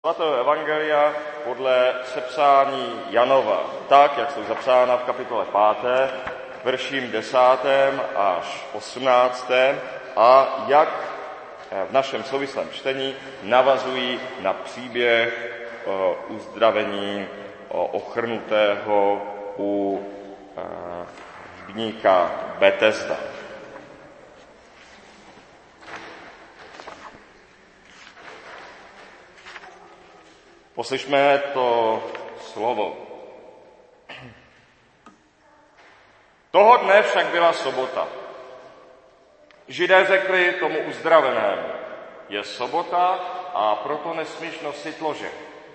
Svatého evangelia podle sepsání Janova, tak, jak jsou zapsána v kapitole 5, verším 10. až 18. a jak v našem souvislém čtení navazují na příběh uzdravení ochrnutého u rybníka Betesda. Poslyšme to slovo. Toho dne však byla sobota. Židé řekli tomu uzdravenému, je sobota a proto nesmíš nosit lože.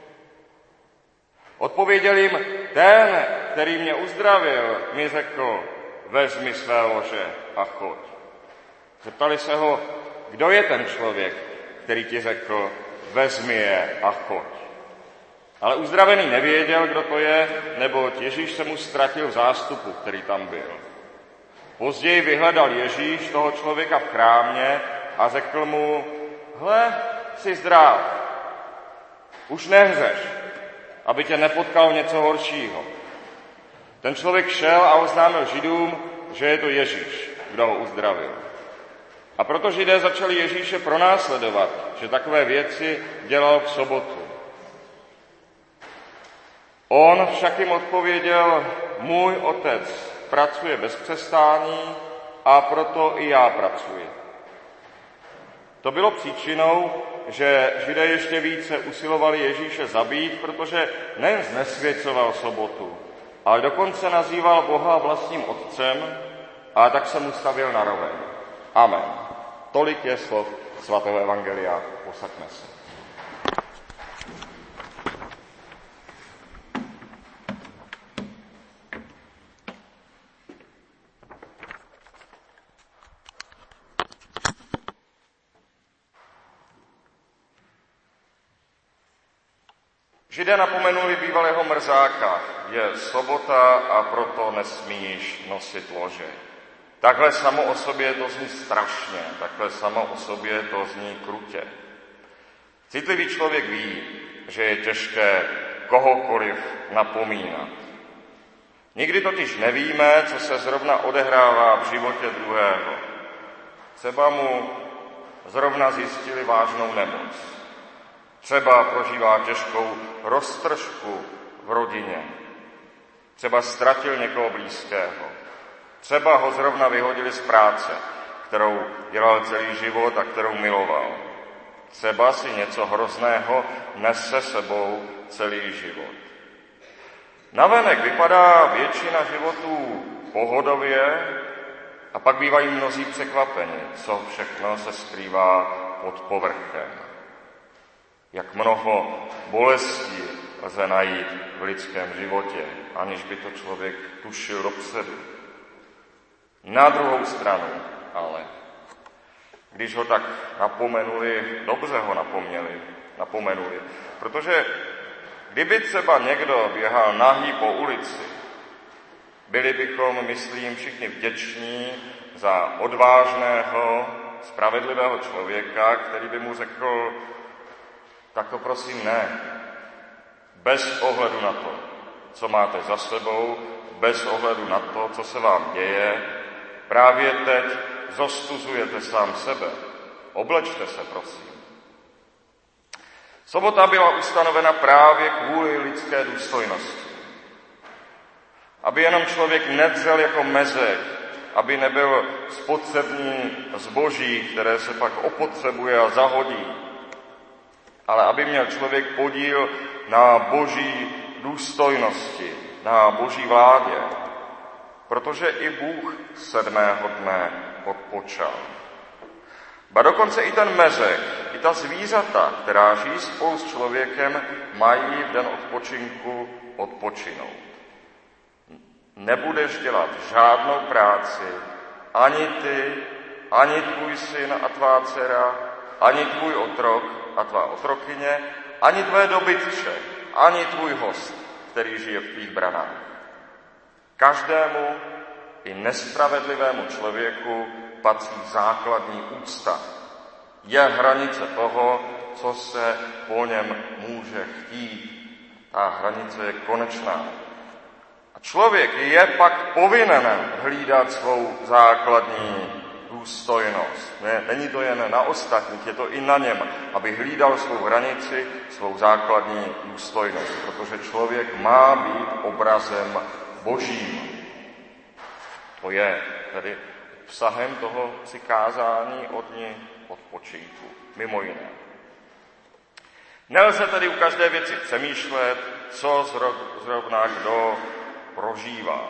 Odpověděl jim, ten, který mě uzdravil, mi řekl, vezmi své lože a choď. Zeptali se ho, kdo je ten člověk, který ti řekl, vezmi je a choď. Ale uzdravený nevěděl, kdo to je, neboť Ježíš se mu ztratil v zástupu, který tam byl. Později vyhledal Ježíš toho člověka v chrámě a řekl mu, hle, jsi zdrav, už nehřeš, aby tě nepotkalo něco horšího. Ten člověk šel a oznámil Židům, že je to Ježíš, kdo ho uzdravil. A proto Židé začali Ježíše pronásledovat, že takové věci dělal v sobotu. On však jim odpověděl, můj otec pracuje bez přestání a proto i já pracuji. To bylo příčinou, že Židé ještě více usilovali Ježíše zabít, protože nejen znesvěcoval sobotu, ale dokonce nazýval Boha vlastním otcem a tak se mu stavěl na roveň. Amen. Tolik je slov svatého evangelia. Posaďme se. Židé napomenuli bývalého mrzáka, je sobota a proto nesmíš nosit lože. Takhle samo o sobě to zní strašně, takhle samo o sobě to zní krutě. Citlivý člověk ví, že je těžké kohokoliv napomínat. Nikdy totiž nevíme, co se zrovna odehrává v životě druhého. Třeba mu zrovna zjistili vážnou nemoc. Třeba prožívá těžkou roztržku v rodině. Třeba ztratil někoho blízkého. Třeba ho zrovna vyhodili z práce, kterou dělal celý život a kterou miloval. Třeba si něco hrozného nese sebou celý život. Navenek vypadá většina životů pohodově a pak bývají mnozí překvapeni, co všechno se skrývá pod povrchem. Jak mnoho bolestí lze najít v lidském životě, aniž by to člověk tušil dopředu. Na druhou stranu, ale když ho tak napomenuli, dobře ho napomenuli, protože kdyby třeba někdo běhal nahý po ulici, byli bychom, myslím, všichni vděční za odvážného, spravedlivého člověka, který by mu řekl, tak to prosím ne. Bez ohledu na to, co máte za sebou, bez ohledu na to, co se vám děje, právě teď zostuzujete sám sebe. Oblečte se, prosím. Sobota byla ustanovena právě kvůli lidské důstojnosti. Aby jenom člověk nedřel jako mezek, aby nebyl spotřební zboží, které se pak opotřebuje a zahodí, ale aby měl člověk podíl na boží důstojnosti, na boží vládě, protože i Bůh 7. dne odpočal. Ba dokonce i ten mezek, i ta zvířata, která žijí spolu s člověkem, mají v den odpočinku odpočinout. Nebudeš dělat žádnou práci, ani ty, ani tvůj syn a tvá dcera, ani tvůj otrok a tvá otrokyně, ani tvé dobytče, ani tvůj host, který žije v tvých branách. Každému, i nespravedlivému člověku, patří základní úcta. Je hranice toho, co se po něm může chtít. Ta hranice je konečná. A člověk je pak povinen hlídat svou základní důstojnost. Není to jen na ostatních, je to i na něm, aby hlídal svou hranici, svou základní důstojnost, protože člověk má být obrazem Božím. To je tedy obsahem toho přikázání od dni odpočinku, mimo jiné. Nelze tedy u každé věci přemýšlet, co zrovna kdo prožívá.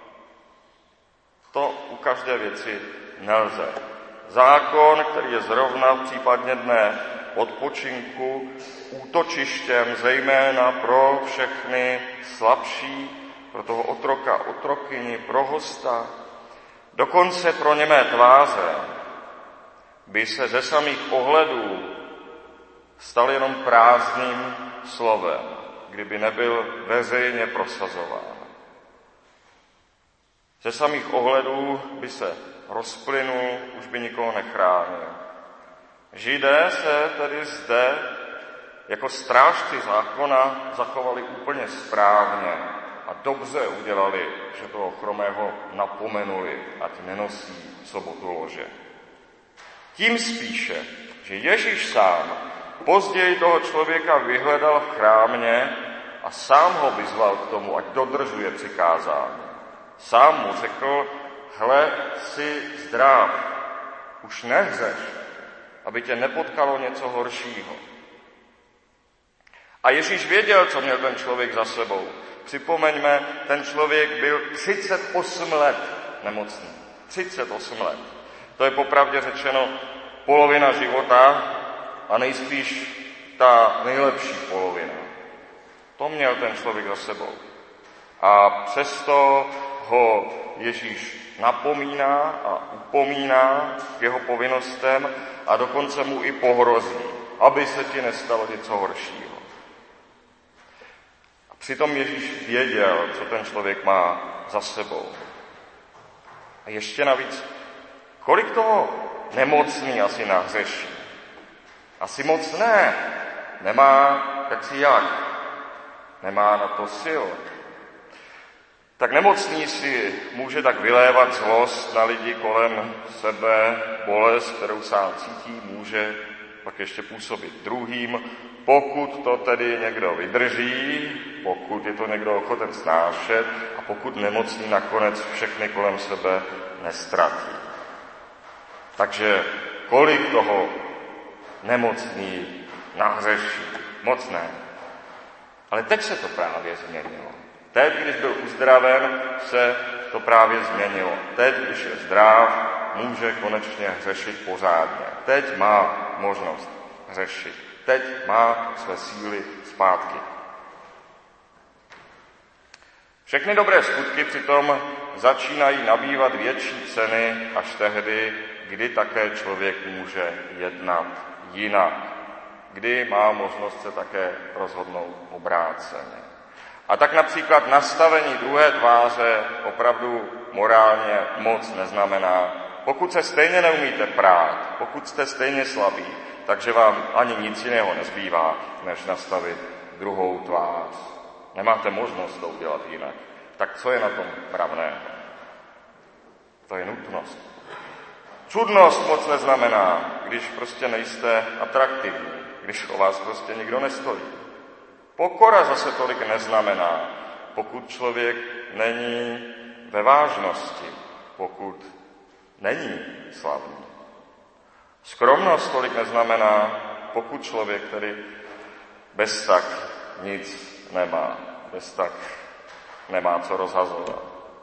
To u každé věci nelze. Zákon, který je zrovna v případně dne odpočinku útočištěm zejména pro všechny slabší, pro toho otroka, otrokyni, pro hosta, dokonce pro němé tváře, by se ze samých ohledů stal jenom prázdným slovem, kdyby nebyl veřejně prosazován. Ze samých ohledů by se rozplynul, už by nikoho nechránil. Židé se tedy zde jako strážci zákona zachovali úplně správně a dobře udělali, že toho chromého napomenuli, ať nenosí sobotu lože. Tím spíše, že Ježíš sám později toho člověka vyhledal v chrámě a sám ho vyzval k tomu, ať dodržuje přikázání. Sám mu řekl, hle, jsi zdrav, už nehřeš, aby tě nepotkalo něco horšího. A Ježíš věděl, co měl ten člověk za sebou. Připomeňme, ten člověk byl 38 let nemocný. 38 let. To je popravdě řečeno polovina života a nejspíš ta nejlepší polovina. To měl ten člověk za sebou. A přesto ho Ježíš napomíná a upomíná k jeho povinnostem a dokonce mu i pohrozí, aby se ti nestalo něco horšího. A přitom Ježíš věděl, co ten člověk má za sebou. A ještě navíc, kolik toho nemocný asi nahřeší? Asi moc ne. Nemá jak. Nemá na to sil. Tak nemocný si může tak vylévat zlost na lidi kolem sebe, bolest, kterou sám cítí, může pak ještě působit druhým, pokud to tedy někdo vydrží, pokud je to někdo ochoten snášet a pokud nemocný nakonec všechny kolem sebe nestratí. Takže kolik toho nemocný nahřeší? Moc ne. Ale teď se to právě změnilo. Teď, když byl uzdraven, se to právě změnilo. Teď, když je zdrav, může konečně hřešit pořádně. Teď má možnost hřešit. Teď má své síly zpátky. Všechny dobré skutky přitom začínají nabývat větší ceny až tehdy, kdy také člověk může jednat jinak. Kdy má možnost se také rozhodnout obráceně. A tak například nastavení druhé tváře opravdu morálně moc neznamená, pokud se stejně neumíte prát, pokud jste stejně slabí, takže vám ani nic jiného nezbývá, než nastavit druhou tvář. Nemáte možnost to udělat jinak. Tak co je na tom mravného? To je nutnost. Čudnost moc neznamená, když prostě nejste atraktivní, když o vás prostě nikdo nestojí. Pokora zase tolik neznamená, pokud člověk není ve vážnosti, pokud není slavný. Skromnost tolik neznamená, pokud člověk tedy bez tak nic nemá, bez tak nemá co rozhazovat.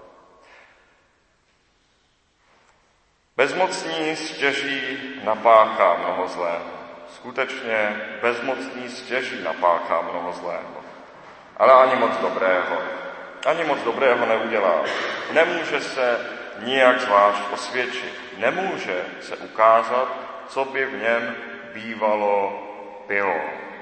Bezmocný stěží napáchá mnoho zlého. Skutečně bezmocný stěží napáchá mnoho zlého. Ale ani moc dobrého neudělá. Nemůže se nijak zvlášť osvědčit. Nemůže se ukázat, co by v něm bývalo bylo.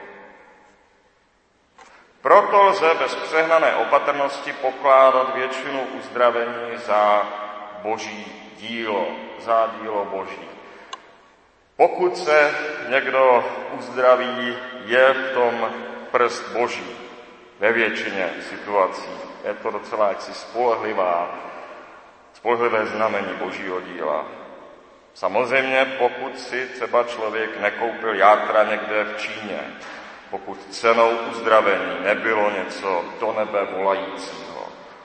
Proto lze bez přehnané opatrnosti pokládat většinu uzdravení za Boží dílo, za dílo Boží. Pokud se někdo uzdraví, je v tom prst Boží. Ve většině situací je to docela jaksi spolehlivé znamení Božího díla. Samozřejmě, pokud si třeba člověk nekoupil játra někde v Číně, pokud cenou uzdravení nebylo něco do nebe volajícího.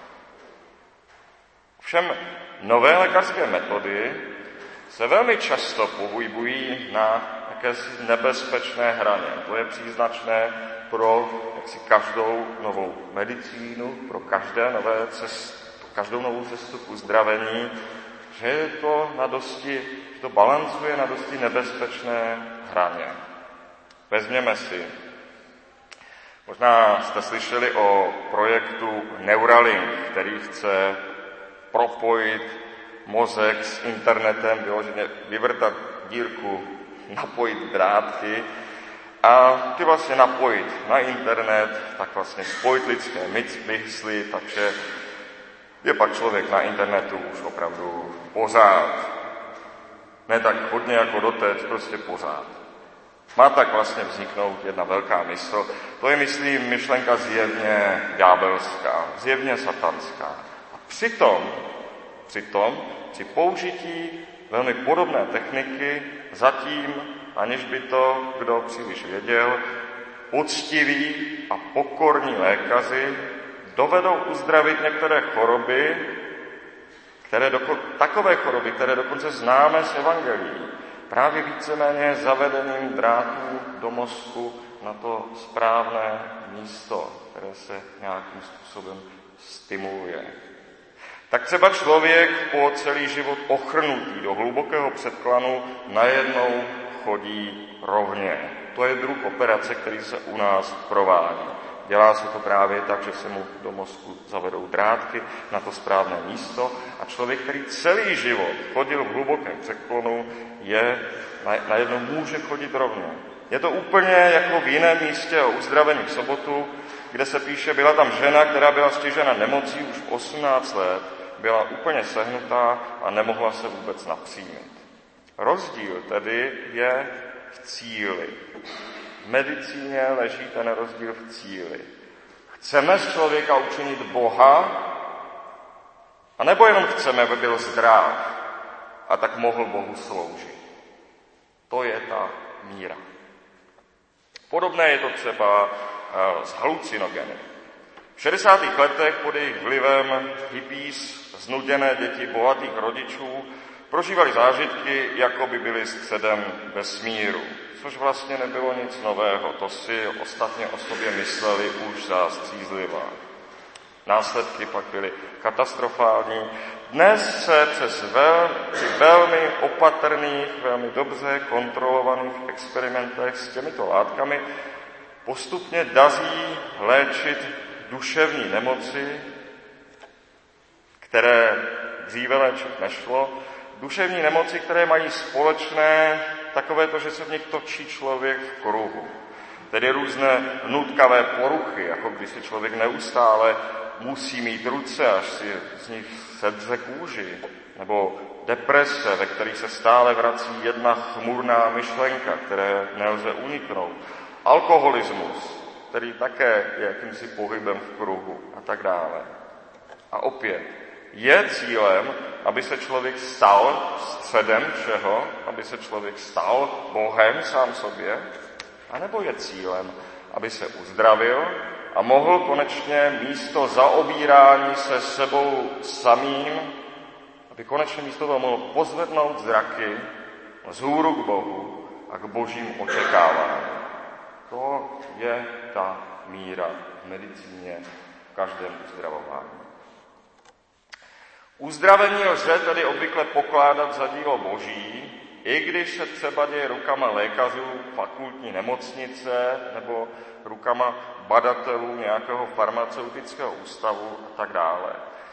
Všem nové lékařské metody se velmi často pohybují na jakési nebezpečné hraně. To je příznačné pro každou novou medicínu, pro každou novou cestu k uzdravení, že je to to balancuje na dosti nebezpečné hraně. Vezměme si. Možná jste slyšeli o projektu Neuralink, který chce propojit mozek s internetem, vyloženě vyvrtat dírku, napojit drátky a ty vlastně napojit na internet, tak vlastně spojit lidské mysli, takže je pak člověk na internetu už opravdu pořád. Ne tak hodně jako doteď, prostě pořád. Má tak vlastně vzniknout jedna velká mysl. To je, myslím, myšlenka zjevně ďábelská, zjevně satanská. A přitom při použití velmi podobné techniky zatím, aniž by to kdo příliš věděl, poctiví a pokorní lékaři dovedou uzdravit některé choroby, takové choroby, které dokonce známe z evangelií, právě víceméně zavedením drátů do mozku na to správné místo, které se nějakým způsobem stimuluje. Tak třeba člověk po celý život ochrnutý do hlubokého předklanu najednou chodí rovně. To je druh operace, který se u nás provádí. Dělá se to právě tak, že se mu do mozku zavedou drátky na to správné místo a člověk, který celý život chodil v hlubokém předklonu, najednou může chodit rovně. Je to úplně jako v jiném místě o uzdravení v sobotu, kde se píše, byla tam žena, která byla stižena nemocí už v 18 let, byla úplně sehnutá a nemohla se vůbec napřímit. Rozdíl tedy je v cíli. V medicíně leží ten rozdíl v cíli. Chceme z člověka učinit Boha, anebo jenom chceme, aby byl zdrav a tak mohl Bohu sloužit. To je ta míra. Podobné je to třeba s halucinogeny. V 60. letech pod jejich vlivem hippies, znuděné děti bohatých rodičů, prožívali zážitky, jako by byli středem vesmíru, což vlastně nebylo nic nového, to si ostatně o sobě mysleli už za střízlivá. Následky pak byly katastrofální. Dnes se při velmi opatrných, velmi dobře kontrolovaných experimentech s těmito látkami postupně daří léčit duševní nemoci, které dříve léčit nešlo. Duševní nemoci, které mají společné takové to, že se v nich točí člověk v kruhu. Tedy různé nutkavé poruchy, jako když si člověk neustále musí mít ruce, až si z nich sedře kůži. Nebo deprese, ve kterých se stále vrací jedna chmurná myšlenka, které nelze uniknout. Alkoholismus, který také je jakýmsi pohybem v kruhu a tak dále. A opět, je cílem, aby se člověk stal středem všeho, aby se člověk stal Bohem sám sobě, anebo je cílem, aby se uzdravil a mohl konečně místo zaobírání se sebou samým, aby konečně místo toho mohl pozvednout zraky vzhůru k Bohu a k božím očekávání. To je ta míra v medicíně v každém uzdravování. Uzdravení lze tedy obvykle pokládat za dílo Boží, i když se třeba děje rukama lékařů fakultní nemocnice nebo rukama badatelů nějakého farmaceutického ústavu a tak dále.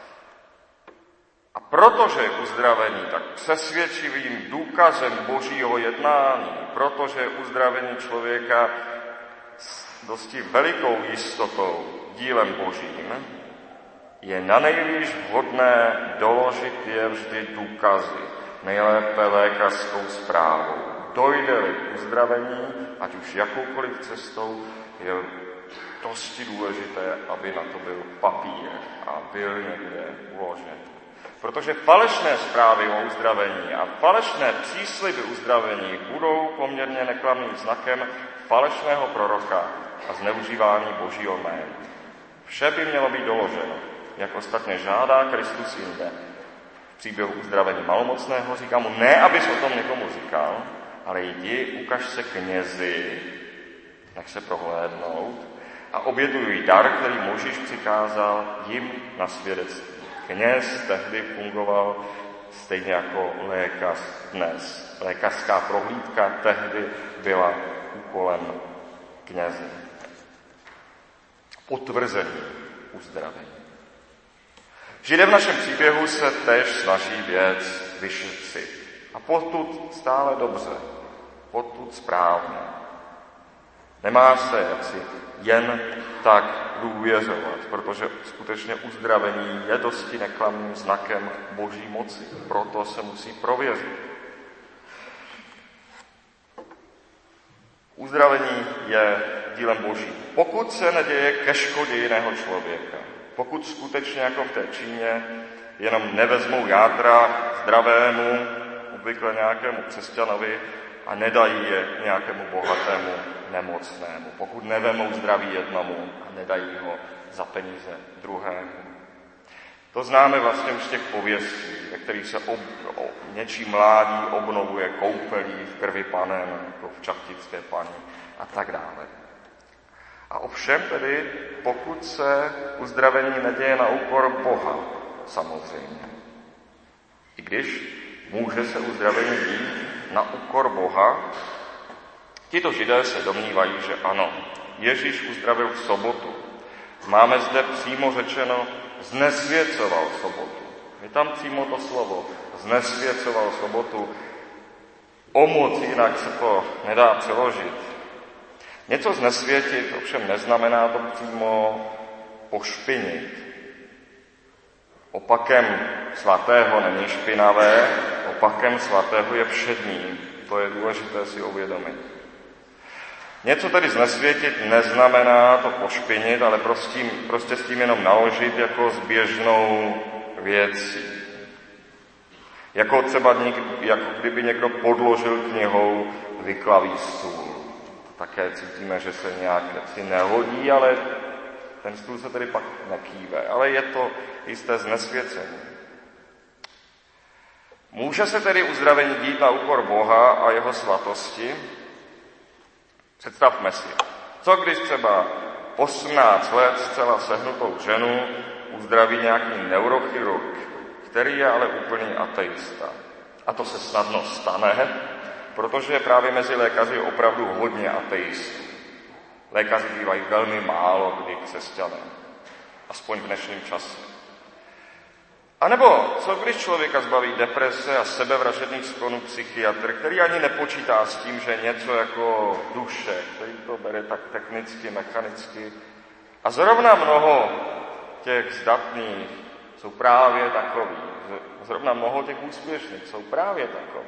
A protože je uzdravení tak přesvědčivým důkazem Božího jednání, protože je uzdravení člověka s dosti velikou jistotou dílem Božím, je nanejvýš vhodné doložit je vždy důkazy, nejlépe lékařskou zprávou. dojde-li k uzdravení, ať už jakoukoliv cestou, je dosti důležité, aby na to byl papír a byl někde uložen. Protože falešné zprávy o uzdravení a falešné přísliby uzdravení budou poměrně neklamným znakem falešného proroka a zneužívání Božího jména. Vše by mělo být doloženo, jak ostatně žádá Kristus jinde. V příběhu uzdravení malomocného říká mu, ne, abys o tom někomu říkal, ale jdi, ukaž se knězi, nech se prohlédnout a obětuj dar, který Mojžíš přikázal jim na svědectví. Kněz tehdy fungoval stejně jako lékař dnes. Lékařská prohlídka tehdy byla úkolem kněze. Potvrzení uzdravení. Židé v našem příběhu se též snaží věc vyšetřit. A potud stále dobře, potud správně. Nemá se jaksi jen tak důvěřovat, protože skutečně uzdravení je dosti neklamným znakem Boží moci. Proto se musí prověřit. Uzdravení je dílem Boží. Pokud se neděje ke škodě jiného člověka, pokud skutečně jako v té Číně jenom nevezmou játra zdravému, obvykle nějakému křesťanovi a nedají je nějakému bohatému nemocnému, pokud nevemou zdraví jednomu a nedají ho za peníze druhému. To známe vlastně už z těch pověstí, ve kterých se něčí mládí obnovuje koupelí v krvi Panem, jako v Čachtické Paní a tak dále. A ovšem tedy, pokud se uzdravení neděje na úkor Boha, samozřejmě. I když může se uzdravení dít na úkor Boha, tito Židé se domnívají, že ano, Ježíš uzdravil v sobotu. Máme zde přímo řečeno, znesvěcoval sobotu. Je tam přímo to slovo, znesvěcoval sobotu. O moc jinak se to nedá přeložit. Něco znesvětit ovšem neznamená to přímo pošpinit. Opakem svatého není špinavé, opakem svatého je všední. To je důležité si uvědomit. Něco tedy znesvětit neznamená to pošpinit, ale prostě s tím jenom naložit jako s běžnou věcí. Jako třeba jako kdyby někdo podložil knihou vyklavý stůl. Také cítíme, že se nějak si nehodí, ale ten stůl se tedy pak nekýve. Ale je to jisté znesvěcení. Může se tedy uzdravení dít na úkor Boha a jeho svatosti? Představme si, co když třeba 18 let zcela sehnutou ženu uzdraví nějaký neurochirurg, který je ale úplný ateista. A to se snadno stane, protože je právě mezi lékaři opravdu hodně ateistů. Lékaři bývají velmi málo kdy křesťané, aspoň v dnešním čase. A nebo co když člověka zbaví deprese a sebevražedných sklonů psychiatr, který ani nepočítá s tím, že něco jako duše, který to bere tak technicky, mechanicky. A zrovna mnoho těch zdatných jsou právě takoví. Zrovna mnoho těch úspěšných jsou právě takoví.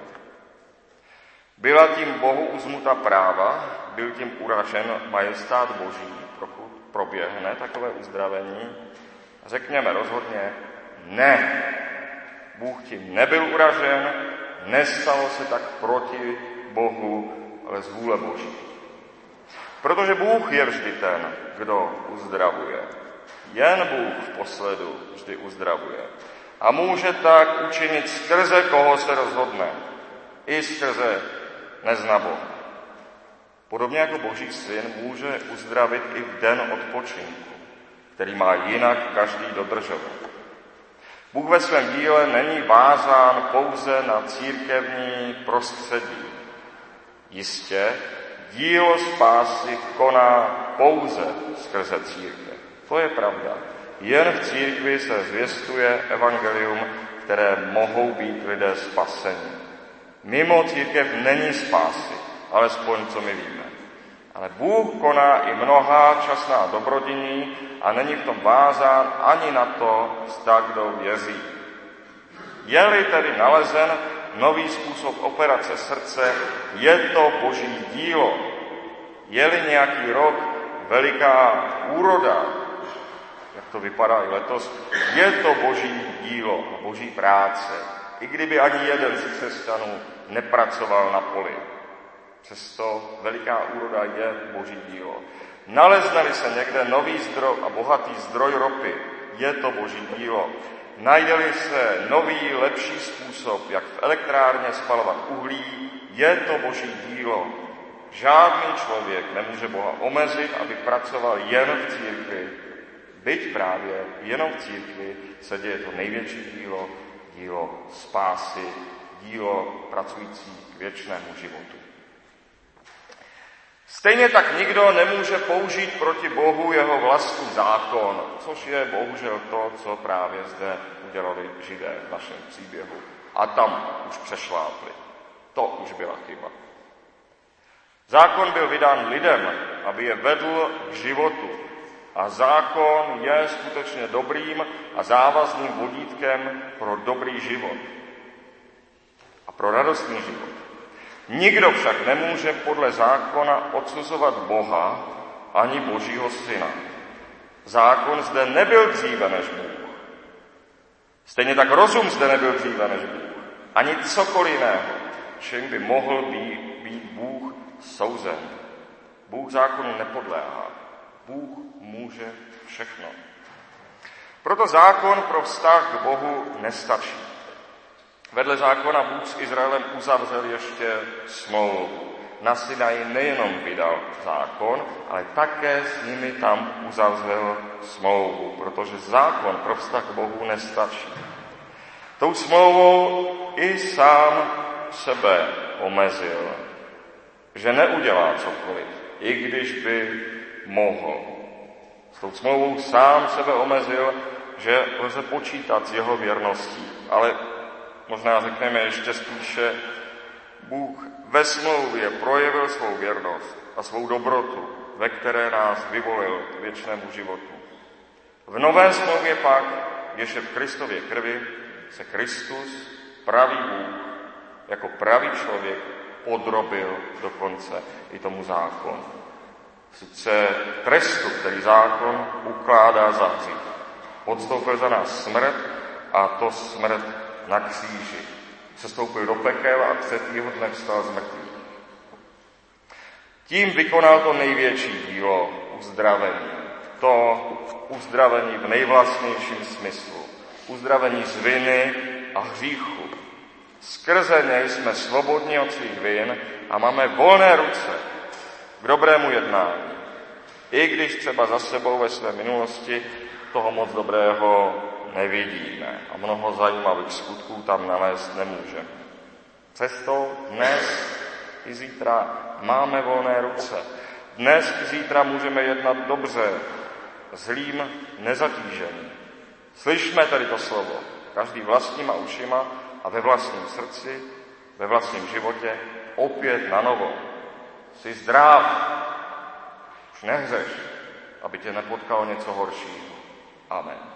Byla tím Bohu uzmuta práva, byl tím uražen majestát Boží, pokud proběhne takové uzdravení. Řekněme rozhodně, ne, Bůh tím nebyl uražen, nestalo se tak proti Bohu, ale z vůle Boží. Protože Bůh je vždy ten, kdo uzdravuje. Jen Bůh v posledu vždy uzdravuje. A může tak učinit skrze koho se rozhodne. I skrze nezna Boha. Podobně jako Boží syn může uzdravit i v den odpočinku, který má jinak každý dodržovat. Bůh ve svém díle není vázán pouze na církevní prostředí. Jistě, dílo spásy koná pouze skrze církev. To je pravda. Jen v církvi se zvěstuje evangelium, které mohou být lidé spaseni. Mimo církev není spásy, alespoň co my víme. Ale Bůh koná i mnohá časná dobrodění a není v tom vázán ani na to, zda kdo věří. Je-li tedy nalezen nový způsob operace srdce, je to Boží dílo. Je-li nějaký rok veliká úroda, jak to vypadá i letos, je to Boží dílo a Boží práce. I kdyby ani jeden z křesťanů nepracoval na poli. Přesto veliká úroda je Boží dílo. Naleznali se někde nový zdroj a bohatý zdroj ropy, je to Boží dílo. Najde-li se nový, lepší způsob, jak v elektrárně spalovat uhlí, je to Boží dílo. Žádný člověk nemůže Boha omezit, aby pracoval jen v církvi. Byť právě jenom v církvi se děje to největší dílo, dílo spásy, dílo pracující k věčnému životu. Stejně tak nikdo nemůže použít proti Bohu jeho vlastní zákon, což je bohužel to, co právě zde udělali Židé v našem příběhu. A tam už přešlápli. To už byla chyba. Zákon byl vydán lidem, aby je vedl k životu. A zákon je skutečně dobrým a závazným vodítkem pro dobrý život. A pro radostný život. Nikdo však nemůže podle zákona odsuzovat Boha ani Božího syna. Zákon zde nebyl dříve než Bůh. Stejně tak rozum zde nebyl dříve než Bůh. Ani cokoliv jiného, čím by mohl být Bůh souzen. Bůh zákonu nepodléhá. Bůh může všechno. Proto zákon pro vztah k Bohu nestačí. Vedle zákona Bůh s Izraelem uzavřel ještě smlouvu. Na Sinaji nejenom vydal zákon, ale také s nimi tam uzavřel smlouvu, protože zákon pro vztah k Bohu nestačí. Tou smlouvou i sám sebe omezil, že neudělá cokoliv, i když by mohl. S tou smlouvou sám sebe omezil, že lze počítat s jeho věrností, ale možná řekneme ještě spíše, Bůh ve smlouvě projevil svou věrnost a svou dobrotu, ve které nás vyvolil k věčnému životu. V nové smlouvě pak, jež je v Kristově krvi, se Kristus, pravý Bůh, jako pravý člověk podrobil dokonce i tomu zákonu. Sice trestu, který zákon ukládá za hřích. Podstoupil za nás smrt, a to smrt na kříži. Sestoupil do pekel a třetího dne vstal z mrtvých. Tím vykonal to největší dílo uzdravení. To uzdravení v nejvlastnějším smyslu. Uzdravení z viny a hříchu. Skrze něj jsme svobodní od svých vin a máme volné ruce k dobrému jednání. I když třeba za sebou ve své minulosti toho moc dobrého nevidíme a mnoho zajímavých skutků tam nalézt nemůžeme. Přesto dnes i zítra máme volné ruce. Dnes i zítra můžeme jednat dobře, zlým nezatíženým. Slyšme tedy to slovo, každý vlastníma ušima a ve vlastním srdci, ve vlastním životě, opět na novo. Jsi zdrav, už nehřeš, aby tě nepotkalo něco horšího. Amen.